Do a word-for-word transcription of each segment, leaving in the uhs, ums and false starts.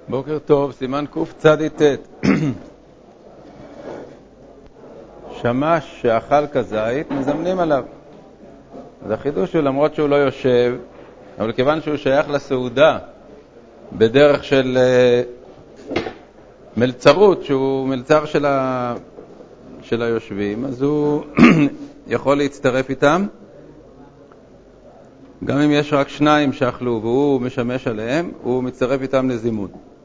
בוקר טוב, סימן קוף צדי תת. שמש שאכל כזית, מזמנים עליו. אז החידוש הוא למרות שהוא לא יושב, אבל כיוון שהוא שייך לסעודה בדרך של uh, מלצרות, שהוא מלצר של, ה... של היושבים, אז הוא יכול להצטרף איתם, גם אם יש רק שניים שאכלו והוא משמש עליהם, הוא מצטרף איתם לזימון.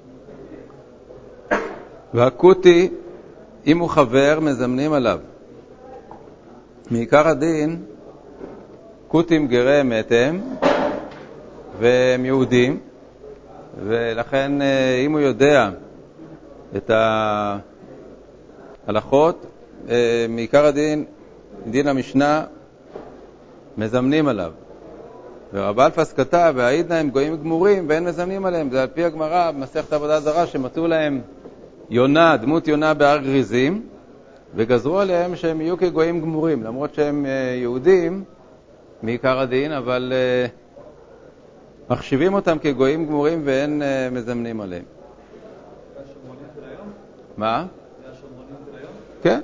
והקוטי, אם הוא חבר, מזמנים עליו. מעיקר הדין, קוטים גרי אמת הם, והם יהודים, ולכן אם הוא יודע את ההלכות, מעיקר הדין, דין המשנה, מזמנים עליו. ורב אלפס כתב, והעידנא הם גויים גמורים ואין מזמנים עליהם. זה על פי הגמרא במסכת עבודה זרה, שמצאו להם יונה, דמות יונה בהר גריזים, וגזרו עליהם שהם יהיו כגויים גמורים, למרות שהם יהודים מעיקר הדין, אבל uh, מחשיבים אותם כגויים גמורים ואין uh, מזמנים עליהם. זה השומרונים של היום? מה? זה השומרונים של היום? כן.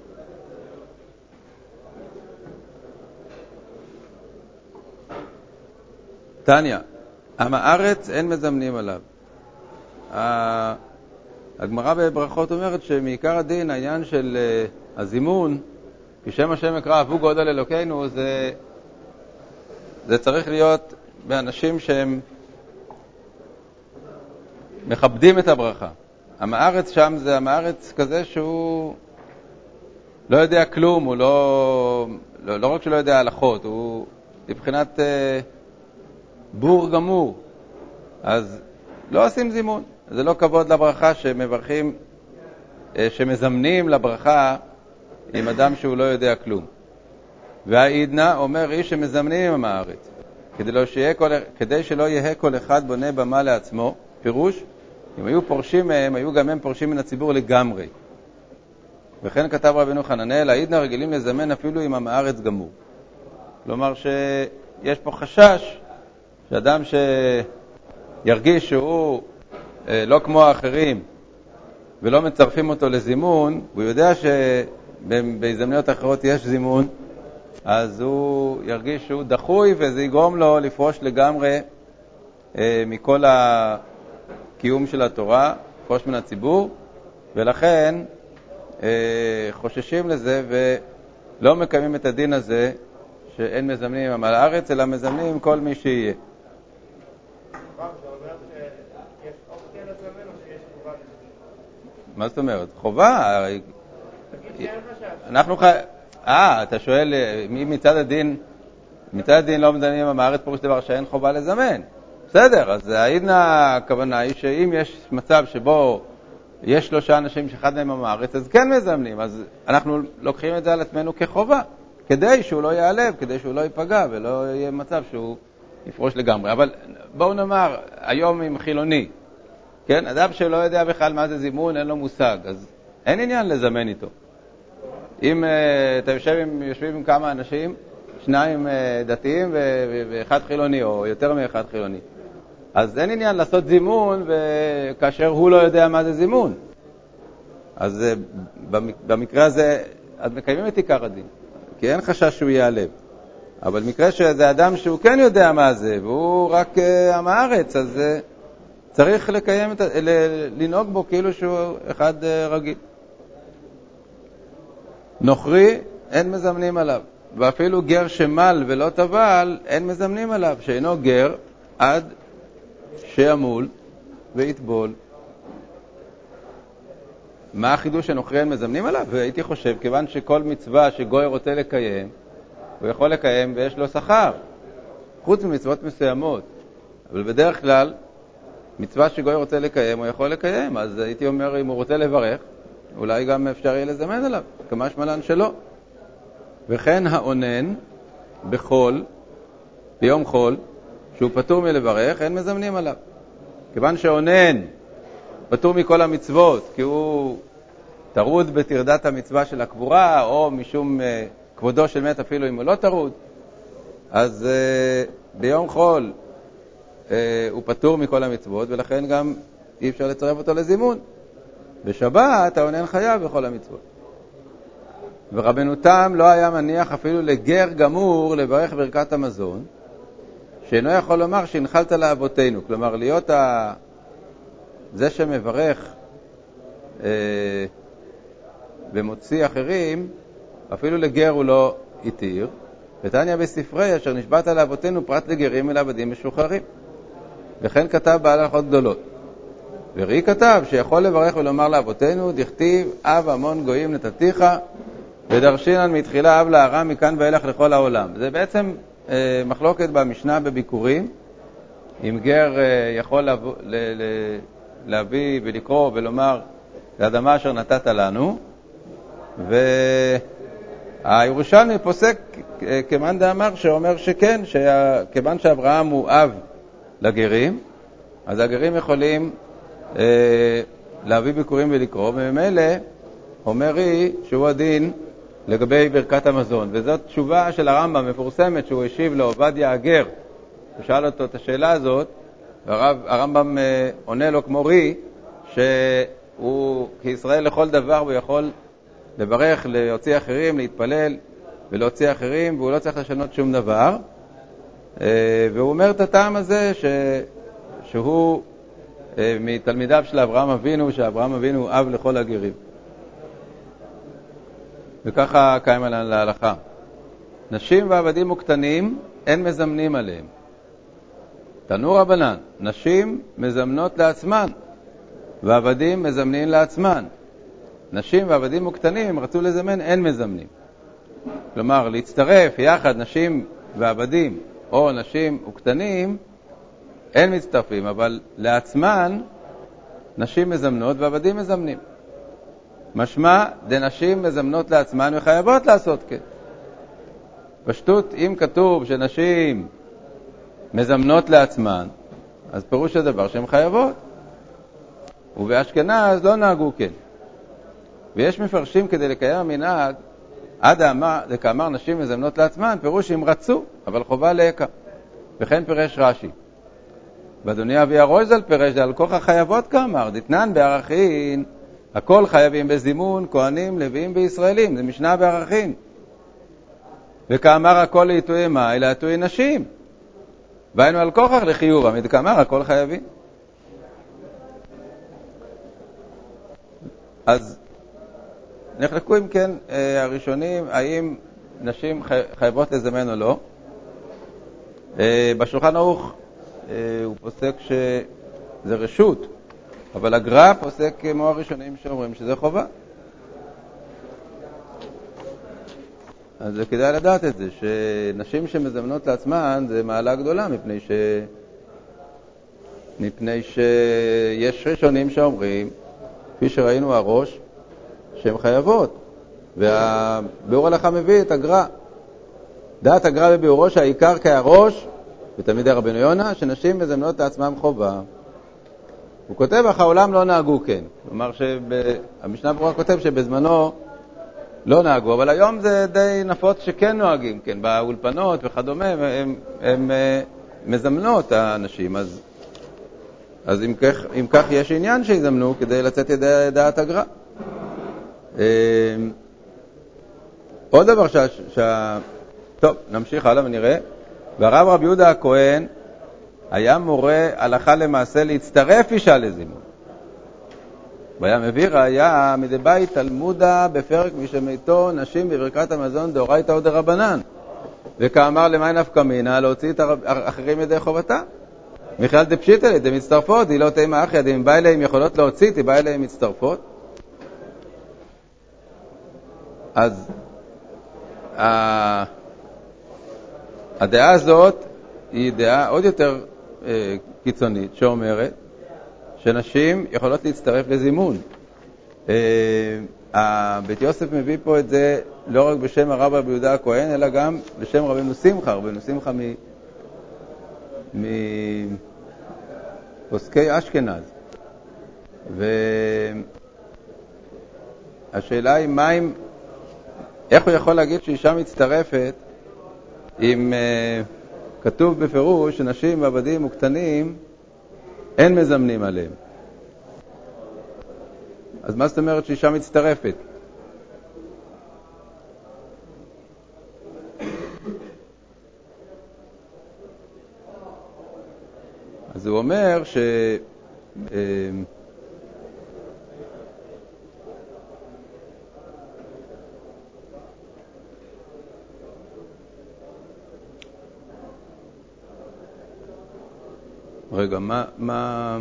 תניא, עם הארץ אין מזמנים עליו. הגמרא בברכות אומרת שמעיקר הדין, העניין של uh, הזימון, כשם השם יקרא אבו גודל אלוקינו, זה, זה צריך להיות באנשים שהם מכבדים את הברכה. עם הארץ שם זה עם הארץ כזה שהוא לא יודע כלום, הוא לא, לא, לא רק שלא יודע הלכות, הוא מבחינת uh, בור גמור. אז לא עושים זימון. זה לא כבוד לברכה שמברכים, שמזמנים לברכה עם אדם שהוא לא יודע כלום. והעידנא אומר איש שמזמנים עם הארץ, כדי, לא שיהיה כל, כדי שלא יהיה כל אחד בונה במה לעצמו. פירוש, אם היו פורשים מהם, היו גם הם פורשים מן הציבור לגמרי. וכן כתב רבינו חננאל, העידנא רגילים לזמן אפילו עם הארץ גמור. כלומר שיש פה חשש שאדם שירגיש שהוא לא כמו האחרים ולא מצרפים אותו לזימון, הוא יודע שבהזדמנויות אחרות יש זימון, אז הוא ירגיש שהוא דחוי, וזה יגרום לו לפרוש לגמרי מכל הקיום של התורה, לפרוש מן הציבור, ולכן חוששים לזה ולא מקיימים את הדין הזה שאין מזמנים עם הארץ, אלא מזמנים כל מי שיהיה. מה זאת אומרת? חובה. אנחנו ח... אה, אתה שואל, מי מצד הדין, מצד הדין לא מזמנים עם הארץ, פירוש דבר שאין חובה לזמן. בסדר, אז העידנא, הכוונה היא שאם יש מצב שבו יש שלושה אנשים שאחד מהם עם הארץ, אז כן מזמנים. אז אנחנו לוקחים את זה על עצמנו כחובה, כדי שהוא לא יעלב, כדי שהוא לא ייפגע, ולא יהיה מצב שהוא יפרוש לגמרי. אבל בואו נאמר, היום עם חילוני, כן? אדם שלא יודע בכלל מה זה זימון, אין לו מושג, אז אין עניין לזמן איתו. אם uh, אתה יושב עם, יושבים עם כמה אנשים, שניים uh, דתיים ו- ואחד חילוני, או יותר מאחד חילוני, אז אין עניין לעשות זימון וכאשר הוא לא יודע מה זה זימון. אז uh, במקרה הזה, אז מקיימים את עיקר הדין, כי אין חשש שהוא יעלב. אבל מקרה שזה אדם שהוא כן יודע מה זה, והוא רק uh, עם הארץ, אז uh, צריך לקיים את, לנהוג בו כאילו שהוא אחד uh, רגיל. נוכרי, אין מזמנים עליו. ואפילו גר שמל ולא טבל, אין מזמנים עליו, שאינו גר עד שימול ויטבול. מה החידוש שנוכרי אין מזמנים עליו? והייתי חושב, כיוון שכל מצווה שגוי רוצה לקיים, הוא יכול לקיים ויש לו שכר, חוץ ממצוות מסוימות. אבל בדרך כלל, מצווה שגוי רוצה לקיים, הוא יכול לקיים. אז הייתי אומר, אם הוא רוצה לברך, אולי גם אפשר יהיה לזמן עליו, כמה שמלן שלו. וכן העונן בחול, ביום חול, שהוא פטור מלברך, אין מזמנים עליו. כיוון שעונן פטור מכל המצוות, כי הוא תרוד בתרדת המצווה של הקבורה, או משום uh, כבודו של מת אפילו אם הוא לא תרוד, אז uh, ביום חול uh, הוא פטור מכל המצוות, ולכן גם אי אפשר לצרף אותו לזימון. בשבת האונן חייב בכל המצוות. ורבנו תם לא היה מניח אפילו לגר גמור לברך ברכת המזון, שאינו יכול לומר שהנחלת לאבותינו. כלומר, להיות ה... זה שמברך אה, ומוציא אחרים, אפילו לגר הוא לא התיר. ותניא בספרי אשר נשבעת לאבותינו פרט לגרים ולעבדים משוחררים. וכן כתב בעל הלכות גדולות. וראי כתב שיכול לברך ולומר לאבותינו, דכתיב אב המון גויים נתתיך, ודרשינן מתחילה אב לארם מכאן ואילך לכל העולם. זה בעצם אה, מחלוקת במשנה בביקורים, אם גר אה, יכול להביא, ל, ל, להביא ולקרוא ולומר לאדמה אשר נתת לנו, והירושלמי פוסק אה, כמאן דאמר שאומר שכן, כיוון שאברהם הוא אב לגרים, אז הגרים יכולים אה, להביא ביקורים ולקרוא, וממילא אומר היא שהוא הדין לגבי ברכת המזון. וזאת תשובה של הרמב"ם מפורסמת שהוא השיב לעובדיה הגר. הוא שאל אותו את השאלה הזאת, והרמב"ם אה, עונה לו כמו רי, שהוא כישראל לכל דבר הוא יכול לברך, להוציא אחרים, להתפלל ולהוציא אחרים, והוא לא צריך לשנות שום דבר. אה, והוא אומר את הטעם הזה ש... שהוא אה, מתלמידיו של אברהם אבינו, שאברהם אבינו הוא אב לכל הגרים. וככה קיים עליהם להלכה. נשים ועבדים וקטנים אין מזמנים עליהם. תנו רבנן, נשים מזמנות לעצמן, ועבדים מזמנים לעצמן. נשים ועבדים וקטנים, אם רצו לזמן, אין מזמנים. כלומר, להצטרף יחד נשים ועבדים, או נשים וקטנים, אין מצטרפים, אבל לעצמן, נשים מזמנות ועבדים מזמנים. משמע, דנשים מזמנות לעצמן וחייבות לעשות כן. פשטות, אם כתוב שנשים מזמנות לעצמן, אז פירוש הדבר שהן חייבות. ובאשכנז לא נהגו כן. ויש מפרשים כדי לקיים המנהג, עד כאמר נשים מזמנות לעצמן, פירוש שהם רצו, אבל חובה להיקה. וכן פירש רש"י. ואדוני אבי הרויזל פירש, על כוח החייבות כאמר, דתנן בערכין, הכל חייבים בזימון, כהנים, לוויים וישראלים, זה משנה בערכין. וכאמר הכל לעיתוי מה, אלא עיתוי נשים. והיינו על כוחך לחיוב, עמיד כאמר הכל חייבים. אז נחלקו אם כן הראשונים, האם נשים חייבות לזמן או לא. בשולחן ערוך הוא פוסק שזה רשות, אבל הגר"א פוסק כמו הראשונים שאומרים שזה חובה. אז זה כדאי לדעת את זה, שנשים שמזמנות לעצמן זה מעלה גדולה, מפני ש... מפני שיש ראשונים שאומרים, כפי שראינו הראש, שהן חייבות. והביאור הלכה מביא את הגר"א. דעת הגר"א בביאורו שהעיקר כהראש, ותלמידי רבנו יונה, שנשים מזמנות לעצמם חובה. הוא כותב, אך העולם לא נהגו כן. כלומר, המשנה ברורה כותב שבזמנו לא נהגו, אבל היום זה די נפוץ שכן נוהגים, כן, באולפנות וכדומה, הם, הם, הם מזמנות האנשים, אז, אז אם כך, אם כך יש עניין שיזמנו כדי לצאת ידי דעת הגר"א. עוד דבר ש... ש... טוב, נמשיך הלאה ונראה. והרב רבי יהודה הכהן היה מורה הלכה למעשה להצטרף אישה לזימון. והיה מביא ראיה מדבית תלמודה בפרק משמיתו נשים בברכת המזון דאורייתא או דרבנן. וכאמר למאי נפקא מינה להוציא את האחרים ידי חובתה. מיכאל דפשיטא לי דמצטרפות, היא לא תימא אחי, אם בא אליהם יכולות להוציא, היא בא אליהם מצטרפות. אז הדעה הזאת היא דעה עוד יותר קיצונית, שאומרת שנשים יכולות להצטרף לזימון. בית יוסף מביא פה את זה לא רק בשם הרב רבי יהודה הכהן, אלא גם בשם רבנו שמחה, רבנו שמחה מפוסקי אשכנז. והשאלה היא מה אם, איך הוא יכול להגיד שאישה מצטרפת אם כתוב בפירוש שנשים ועבדים וקטנים אין מזמנים עליהם. אז מה זאת אומרת שאישה מצטרפת? אז הוא אומר ש... רגע, מה... מה...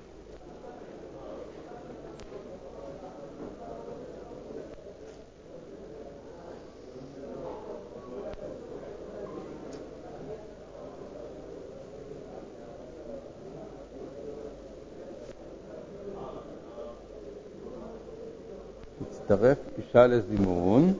מצטרף אישה לזימון.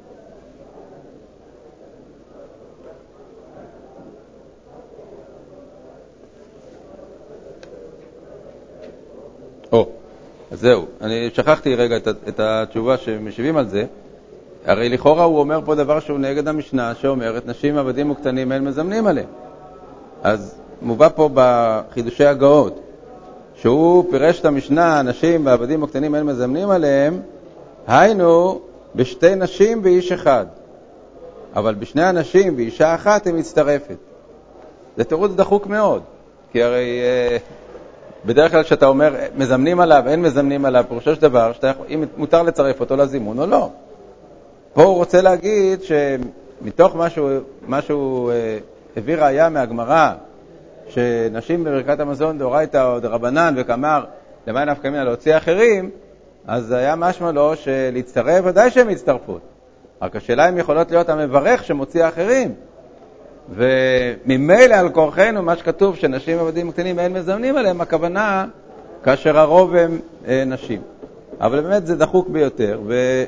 או, אז זהו. אני שכחתי רגע את, את התשובה שמשיבים על זה. הרי לכאורה הוא אומר פה דבר שהוא נגד המשנה, שאומרת נשים עבדים וקטנים אין מזמנים עליהם. אז מובא פה בחידושי הגאות, שהוא פירש את המשנה, נשים ועבדים וקטנים אין מזמנים עליהם, היינו בשתי נשים ואיש אחד. אבל בשני אנשים ואישה אחת היא מצטרפת. זה תירוץ דחוק מאוד, כי הרי אה, בדרך כלל שאתה אומר מזמנים עליו, אין מזמנים עליו, פירושו של דבר, שאתה, אם מותר לצרף אותו לזימון או לא. פה הוא רוצה להגיד שמתוך משהו, משהו אה, הביא ראיה מהגמרא, שנשים בברכת המזון דאורייתא או דרבנן וכאמר למען נפקא מינה להוציא אחרים, אז היה משמע לו שלהצטרף ודאי שהן מצטרפות. רק השאלה אם יכולות להיות המברך שמוציא אחרים. וממילא על כורחנו מה שכתוב שנשים עבדים קטנים אין מזמנים עליהם, הכוונה כאשר הרוב הם אה, נשים. אבל באמת זה דחוק ביותר,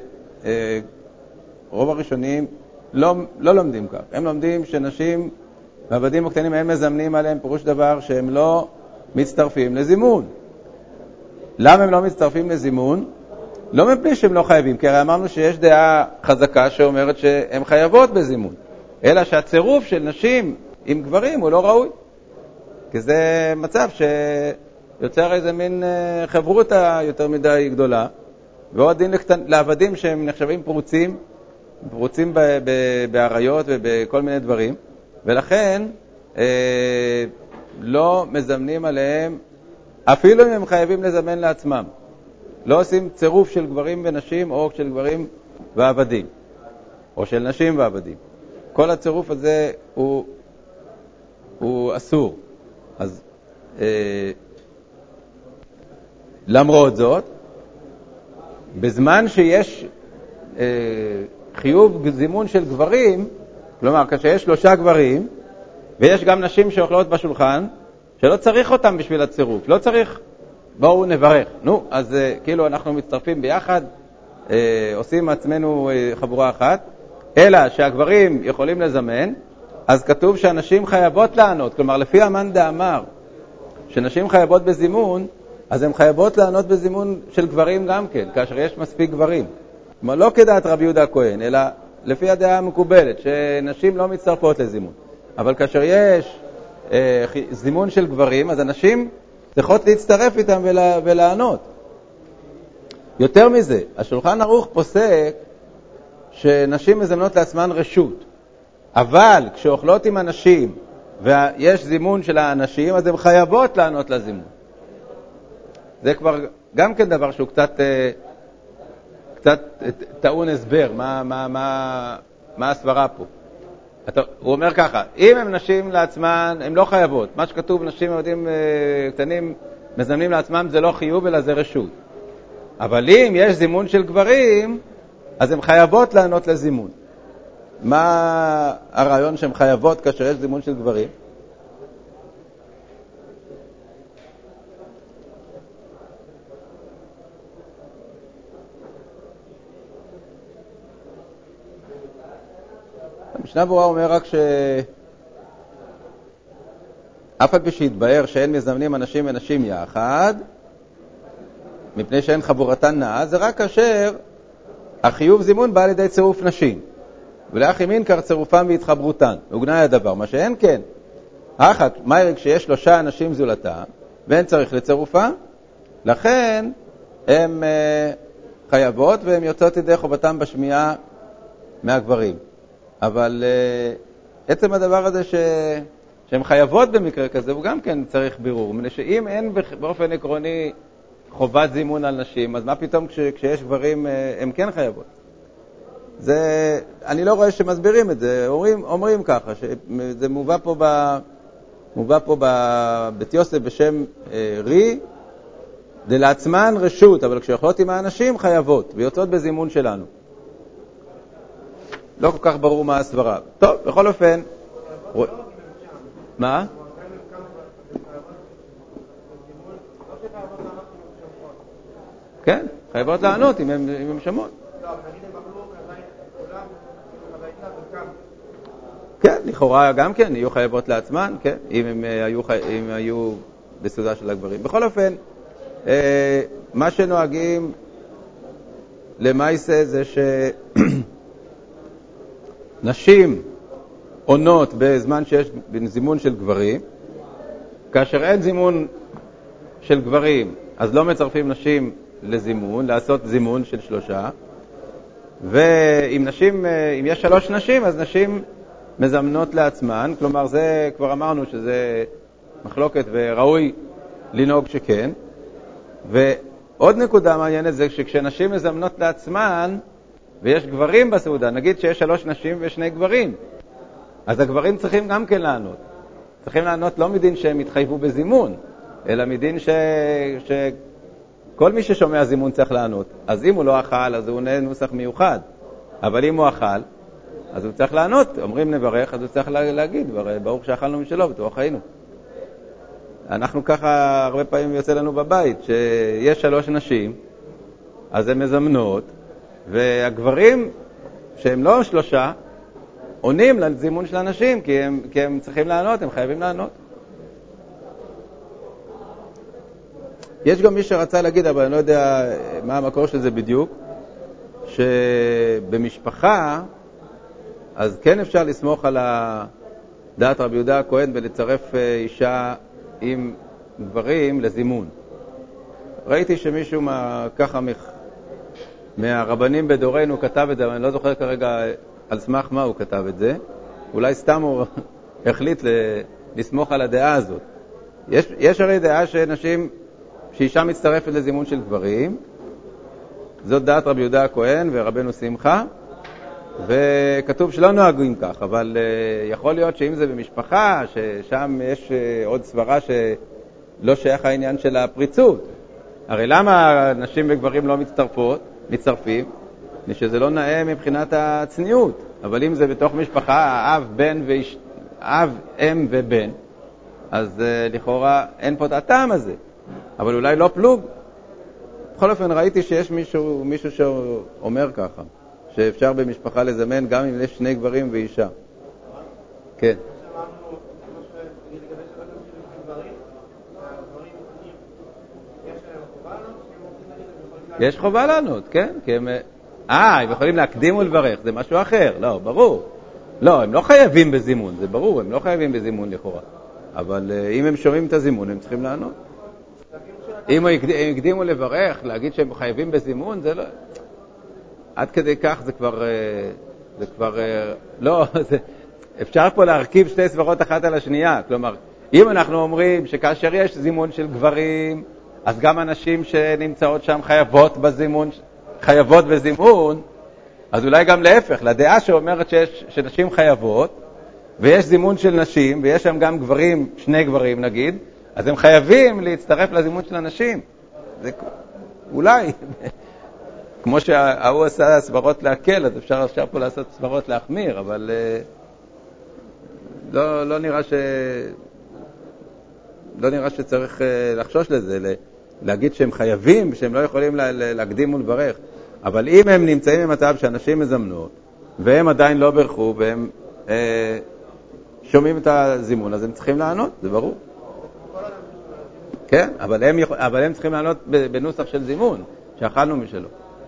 ורוב אה, הראשונים לא, לא לומדים כך. הם לומדים שנשים ועבדים קטנים אין מזמנים עליהם, פירוש דבר שהם לא מצטרפים לזימון. למה הם לא מצטרפים לזימון? לא מפני שהם לא חייבים, כי הרי אמרנו שיש דעה חזקה שאומרת שהם חייבות בזימון, אלא שהצירוף של נשים עם גברים הוא לא ראוי, כי זה מצב שיוצר איזה מין חברותה יותר מדי גדולה, ועוד דין לקטן, לעבדים שהם נחשבים פרוצים, פרוצים בעריות ובכל מיני דברים, ולכן אה, לא מזמנים עליהם, אפילו אם הם חייבים לזמן לעצמם. לא עושים צירוף של גברים ונשים או של גברים ועבדים, או של נשים ועבדים. כל הצירוף הזה הוא, הוא אסור. אז אה, למרות זאת, בזמן שיש אה, חיוב זימון של גברים, כלומר, כשיש שלושה גברים, ויש גם נשים שאוכלות בשולחן, שלא צריך אותם בשביל הצירוף, לא צריך, בואו נברך. נו, אז אה, כאילו אנחנו מצטרפים ביחד, אה, עושים עצמנו אה, חבורה אחת, אלא שהגברים יכולים לזמן, אז כתוב שהנשים חייבות לענות, כלומר, לפי אמן דאמר, שנשים חייבות בזימון, אז הן חייבות לענות בזימון של גברים גם כן, כאשר יש מספיק גברים. כלומר, לא כדעת רבי יהודה הכהן, אלא לפי הדעה המקובלת, שנשים לא מצטרפות לזימון. אבל כאשר יש אה, זימון של גברים, אז הנשים צריכות להצטרף איתם ולה, ולענות. יותר מזה, השולחן ערוך פוסק שנשים מזמנות לעצמן רשות. אבל כשאוכלות עם אנשים ויש זימון של האנשים, אז הן חייבות לענות לזימון. זה כבר גם כן דבר שהוא קצת, קצת טעון הסבר, מה, מה, מה, מה הסברה פה. אתה, הוא אומר ככה, אם הם נשים לעצמן, הן לא חייבות. מה שכתוב, נשים עבדים קטנים מזמנים לעצמם, זה לא חיוב, אלא זה רשות. אבל אם יש זימון של גברים, אז הן חייבות לענות לזימון. מה הרעיון שהן חייבות כאשר יש זימון של גברים? המשנה ברורה אומר רק ש... אף על פי שהתבהר שאין מזמנים אנשים ונשים יחד, מפני שאין חבורתן נאה, זה רק כאשר החיוב זימון בא לידי צירוף נשים. ולאחי מינקר צירופם והתחברותן. הוגנה הדבר, מה שאין כן. האחת, מה ירק שיש שלושה אנשים זולתה, ואין צריך לצירופה, לכן הן uh, חייבות, והן יוצאות ידי חובתם בשמיעה מהגברים. אבל uh, עצם הדבר הזה ש... שהן חייבות במקרה כזה, הוא גם כן צריך בירור. מפני שאם אין באופן עקרוני חובת זימון על נשים, אז מה פתאום כש... כשיש גברים הן כן חייבות? זה, אני לא רואה שמסבירים את זה, אומרים, אומרים ככה, שזה מובא פה, ב... מובא פה בבית יוסף בשם אה, רי, דלעצמן רשות, אבל כשיכולות עם האנשים חייבות, ויוצאות בזימון שלנו. לא כל כך ברור מה הסברה. טוב, בכל אופן... מה? כן, חייבות לענות אם הם שמות. כן, לכאורה גם כן, יהיו חייבות לעצמן, כן, אם הם היו, אם היו בסעודה של הגברים. בכל אופן, מה שנוהגים למעשה זה שנשים עונות בזמן שיש זימון של גברים, כאשר אין זימון של גברים, אז לא מצרפים נשים לזימון, לעשות זימון של שלושה, ואם נשים, אם יש שלוש נשים, אז נשים מזמנות לעצמן, כלומר זה כבר אמרנו שזה מחלוקת וראוי לנהוג שכן. ועוד נקודה מעניינת זה שכשנשים מזמנות לעצמן ויש גברים בסעודה, נגיד שיש שלוש נשים ושני גברים, אז הגברים צריכים גם כן לענות. צריכים לענות לא מדין שהם התחייבו בזימון, אלא מדין ש... שכל מי ששומע זימון צריך לענות. אז אם הוא לא אכל, אז הוא עונה נוסח מיוחד. אבל אם הוא אכל, אז הוא צריך לענות. אומרים נברך, אז הוא צריך להגיד, ברוך שאכלנו משלו, בתוך חיינו. אנחנו ככה הרבה פעמים יוצא לנו בבית, שיש שלוש נשים, אז הן מזמנות, והגברים שהם לא שלושה, עונים לזימון של הנשים, כי הם, כי הם צריכים לענות, הם חייבים לענות. יש גם מי שרצה להגיד, אבל אני לא יודע מה המקור של זה בדיוק, שבמשפחה, אז כן אפשר לסמוך על דעת רבי יהודה הכהן ולצרף אישה עם גברים לזימון. ראיתי שמישהו מה, ככה מח, מהרבנים בדורנו כתב את זה, אבל אני לא זוכר כרגע על סמך מה הוא כתב את זה. אולי סתם הוא החליט לסמוך על הדעה הזאת. יש, יש הרי דעה שנשים, שאישה מצטרפת לזימון של גברים, זאת דעת רבי יהודה הכהן ורבנו שמחה, וכתוב שלא נוהגים כך, אבל uh, יכול להיות שאם זה במשפחה, ששם יש uh, עוד סברה שלא שייך העניין של הפריצות. הרי למה נשים וגברים לא מצטרפות, מצטרפים? שזה לא נאה מבחינת הצניעות. אבל אם זה בתוך משפחה, אב, בן ואיש, אב, אם ובן, אז uh, לכאורה אין פה את הטעם הזה. אבל אולי לא פלוג. בכל אופן ראיתי שיש מישהו, מישהו שאומר ככה. שאפשר במשפחה לזמן גם אם יש שני גברים ואישה. כן. יש חובה לענות, כן? כי הם... אה, הם יכולים להקדים ולברך, זה משהו אחר. לא, ברור. לא, הם לא חייבים בזימון, זה ברור, הם לא חייבים בזימון לכאורה. אבל אם הם שומעים את הזימון, הם צריכים לענות. אם הם הקדימו לברך, להגיד שהם חייבים בזימון, זה לא... עד כדי כך זה כבר, זה כבר, לא, זה, אפשר פה להרכיב שתי סברות אחת על השנייה. כלומר, אם אנחנו אומרים שכאשר יש זימון של גברים, אז גם אנשים שנמצאות שם חייבות בזימון, חייבות בזימון, אז אולי גם להפך, לדעה שאומרת שיש, שנשים חייבות, ויש זימון של נשים, ויש שם גם גברים, שני גברים נגיד, אז הם חייבים להצטרף לזימון של הנשים. זה אולי... כמו שההוא עשה סברות להקל, אז אפשר, אפשר פה לעשות סברות להחמיר, אבל לא, לא נראה ש... לא נראה שצריך לחשוש לזה, להגיד שהם חייבים, שהם לא יכולים להקדים ולברך. אבל אם הם נמצאים במצב שאנשים מזמנות, והם עדיין לא ברכו, והם אה, שומעים את הזימון, אז הם צריכים לענות, זה ברור. כן, אבל הם, אבל הם צריכים לענות בנוסח של זימון, שאכלנו משלו.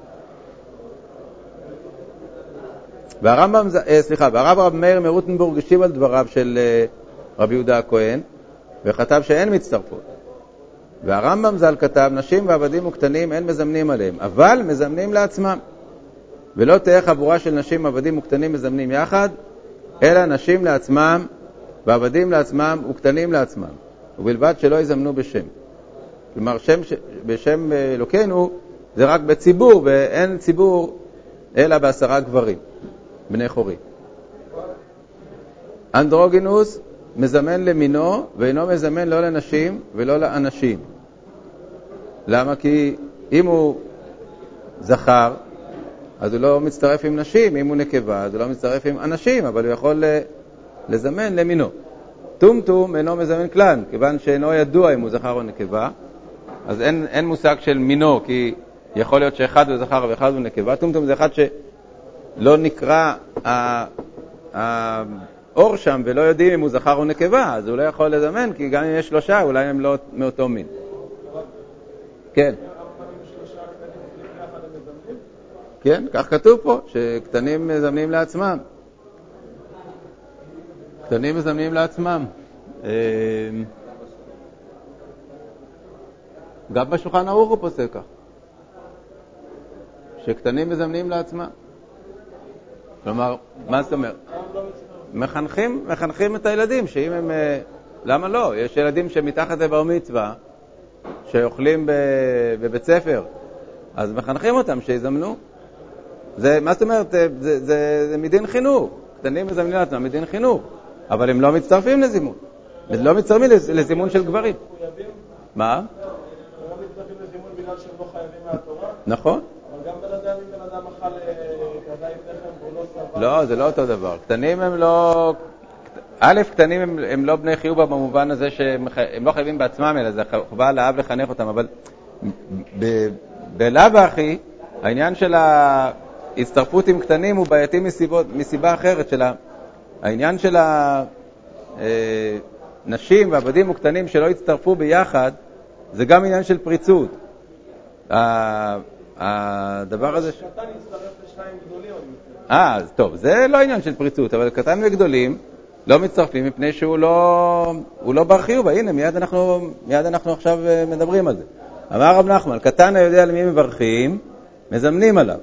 והרמב"ם, סליחה, והרב רב מאיר מרוטנבורג השיב על דבריו של רבי יהודה הכהן, וכתב שאין מצטרפות. והרמב"ם ז"ל כתב, נשים ועבדים וקטנים אין מזמנים עליהם, אבל מזמנים לעצמם. ולא תהיה חבורה של נשים, עבדים וקטנים מזמנים יחד, אלא נשים לעצמם, ועבדים לעצמם וקטנים לעצמם, ובלבד שלא יזמנו בשם. כלומר, שם, בשם אלוקינו זה רק בציבור, ואין ציבור אלא בעשרה גברים, בני חורים. אנדרוגינוס מזמן למינו, ואינו מזמן לא לנשים ולא לאנשים. למה? כי אם הוא זכר, אז הוא לא מצטרף עם נשים, אם הוא נקבה, אז הוא לא מצטרף עם אנשים, אבל הוא יכול לזמן למינו. טומטום אינו מזמן כלל, כיוון שאינו ידוע אם הוא זכר או נקבה, אז אין, אין מושג של מינו, כי יכול להיות שאחד הוא זכר ואחד הוא נקבה. טומטום זה אחד שלא נקרא האור שם ולא יודעים אם הוא זכר או נקבה, אז הוא לא יכול לזמן, כי גם אם יש שלושה, אולי הם לא מאותו מין. כן. כן, כך כתוב פה, שקטנים מזמנים לעצמם. קטנים מזמנים לעצמם. גם בשולחן ערוך הוא פוסק כך. שקטנים מזמנים לעצמם. כלומר, מה זאת אומרת? מחנכים, מחנכים את הילדים, שאם הם... למה לא? יש ילדים שמתחת לבר מצווה, שאוכלים בבית ספר, אז מחנכים אותם שיזמנו. זה, מה זאת אומרת? זה, זה, זה, זה מדין חינוך. קטנים מזמנים לעצמם מדין חינוך. אבל הם לא מצטרפים לזימון. לא מצטרפים לזימון של גברים. מה? הם לא מצטרפים לזימון בגלל שהם לא חייבים מהתורה? נכון. אבל גם בן אדם, אם בן אדם אכל כזית לחם והוא לא סבל. לא, זה לא אותו דבר. קטנים הם לא... א', קטנים הם, הם לא בני חיובה במובן הזה שהם לא חייבים בעצמם, אלא זה חובה לאב לחנך אותם. אבל בלאו הכי, העניין של ההצטרפות עם קטנים הוא בעייתי מסיבות, מסיבה אחרת שלה. העניין של הנשים ועבדים וקטנים שלא הצטרפו ביחד, זה גם עניין של פריצות. הדבר הזה... קטן יצטרף לשניים גדולים. אה, טוב, זה לא עניין של פריצות, אבל קטן וגדולים לא מצטרפים מפני שהוא לא, הוא לא בר חיובה. הנה, מיד אנחנו, מיד אנחנו עכשיו מדברים על זה. אמר רב נחמן, קטן היודע למי מברכים, מזמנים עליו.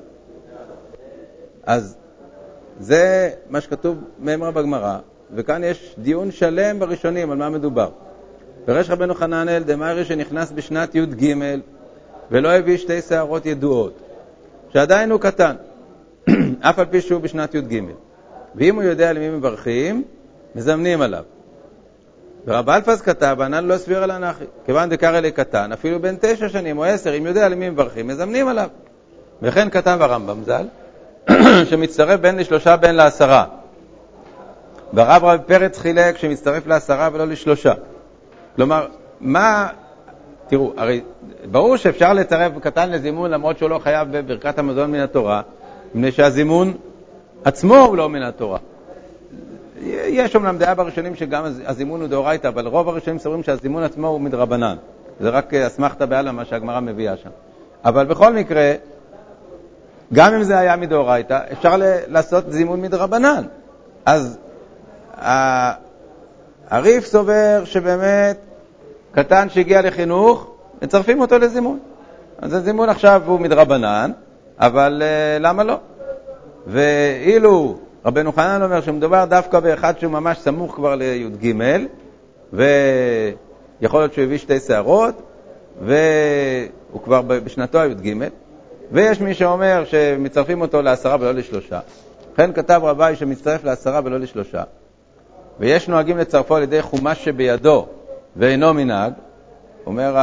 אז זה מה שכתוב מאמרה בגמרא, וכאן יש דיון שלם בראשונים על מה מדובר. פרש רבנו חננאל דמרי שנכנס בשנת י' ג' ולא הביא שתי שערות ידועות, שעדיין הוא קטן, אף על פי שהוא בשנת י' ג', ואם הוא יודע למי מברכים, מזמנים עליו. ורב אלפס כתב, ענן לא סביר על הנחי, כיוון דקרא לי קטן, אפילו בין תשע שנים או עשר, אם יודע למי מברכים, מזמנים עליו. וכן כתב הרמב"ם ז"ל, שמצטרף בין לשלושה בין לעשרה. והרב רב פרץ חילק שמצטרף לעשרה ולא לשלושה. כלומר, מה... תראו, הרי ברור שאפשר לצרף קטן לזימון למרות שהוא לא חייב בברכת המזון מן התורה, מפני שהזימון עצמו הוא לא מן התורה. יש אומנם דעה בראשונים שגם הזימון הוא דאורייתא, אבל רוב הראשונים סוברים שהזימון עצמו הוא מדרבנן. זה רק אסמכתא בעלמא מה שהגמרא מביאה שם. אבל בכל מקרה, גם אם זה היה מדאורייתא, אפשר לעשות זימון מדרבנן. אז הריף סובר שבאמת קטן שהגיע לחינוך, מצרפים אותו לזימון. אז הזימון עכשיו הוא מדרבנן, אבל למה לא? ואילו רבנו חנן אומר שמדובר דווקא באחד שהוא ממש סמוך כבר לי' ג', ויכול להיות שהוא הביא שתי שערות, והוא כבר בשנתו הי' ג', ויש מי שאומר שמצרפים אותו לעשרה ולא לשלושה. לכן כתב רבי שמצטרף לעשרה ולא לשלושה. ויש נוהגים לצרפו על ידי חומש שבידו ואינו מנהג. אומר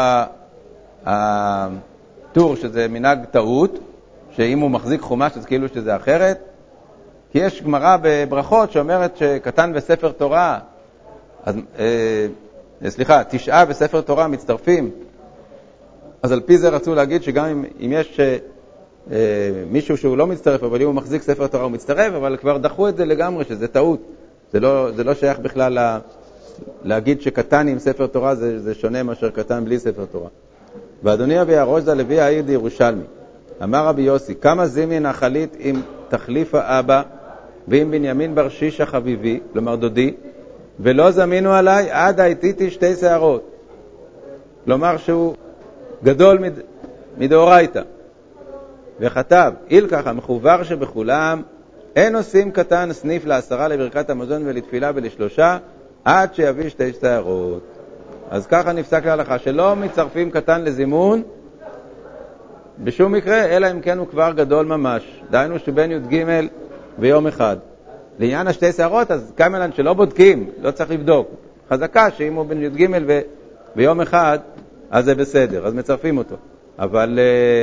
הטור שזה מנהג טעות, שאם הוא מחזיק חומש אז כאילו שזה אחרת. כי יש גמרא בברכות שאומרת שקטן בספר תורה, אז, אה, סליחה, תשעה בספר תורה מצטרפים. אז על פי זה רצו להגיד שגם אם, אם יש אה, מישהו שהוא לא מצטרף, אבל אם הוא מחזיק ספר תורה הוא מצטרף, אבל כבר דחו את זה לגמרי, שזה טעות. זה לא, זה לא שייך בכלל לה, להגיד שקטן עם ספר תורה זה, זה שונה מאשר קטן בלי ספר תורה. ואדוני אבי הראש זה לוי העיר דירושלמי. אמר רבי יוסי, כמה זימין החלית עם תחליף האבא ועם בנימין בר שישה חביבי, כלומר דודי, ולא זמינו עליי עד הייתיתי שתי שערות. כלומר שהוא גדול מד... מדאורייתא. וכתב, איל ככה, מחובר שבכולם, אין עושים קטן סניף לעשרה לברכת המזון ולתפילה ולשלושה, עד שיביא שתי שערות. אז ככה נפסק להלכה, שלא מצרפים קטן לזימון, בשום מקרה, אלא אם כן הוא כבר גדול ממש. דהיינו שבין י"ג ביום אחד. לעניין השתי שערות, אז כמלן שלא בודקים, לא צריך לבדוק. חזקה שאם הוא בין י"ג ו... ביום אחד, אז זה בסדר, אז מצרפים אותו. אבל,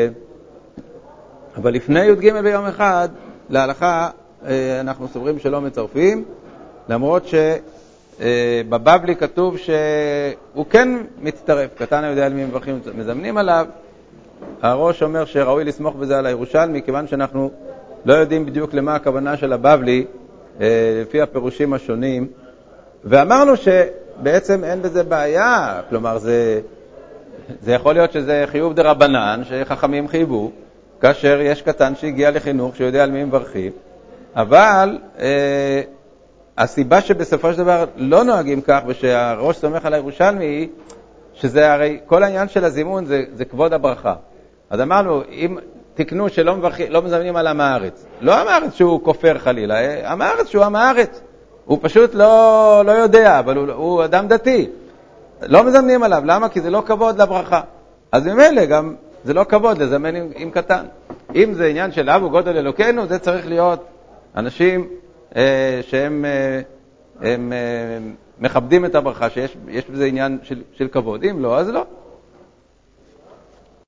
אבל לפני י"ג ביום אחד, להלכה אנחנו סוברים שלא מצרפים, למרות שבבבלי כתוב שהוא כן מצטרף, קטן יודע על מי מברכים מזמנים עליו, הראש אומר שראוי לסמוך בזה על הירושלמי, כיוון שאנחנו לא יודעים בדיוק למה הכוונה של הבבלי, לפי הפירושים השונים, ואמרנו שבעצם אין בזה בעיה, כלומר זה, זה יכול להיות שזה חיוב דרבנן, שחכמים חייבו, כאשר יש קטן שהגיע לחינוך שיודע על מי מברכים, אבל אה, הסיבה שבסופו של דבר לא נוהגים כך, ושהראש סומך על הירושלמי היא, שזה הרי כל העניין של הזימון זה, זה כבוד הברכה. אז אמרנו, אם תקנו שלא מברכים, לא מזמנים על עם הארץ, לא עם הארץ שהוא כופר חלילה, עם הארץ שהוא עם הארץ, הוא פשוט לא, לא יודע, אבל הוא, הוא אדם דתי. לא מזמנים עליו, למה? כי זה לא כבוד לברכה. אז ממילא גם זה לא כבוד לזמן עם, עם קטן. אם זה עניין של אבו גודל אלוקינו, זה צריך להיות אנשים אה, שהם אה, הם, אה, מכבדים את הברכה, שיש יש בזה עניין של, של כבוד. אם לא, אז לא.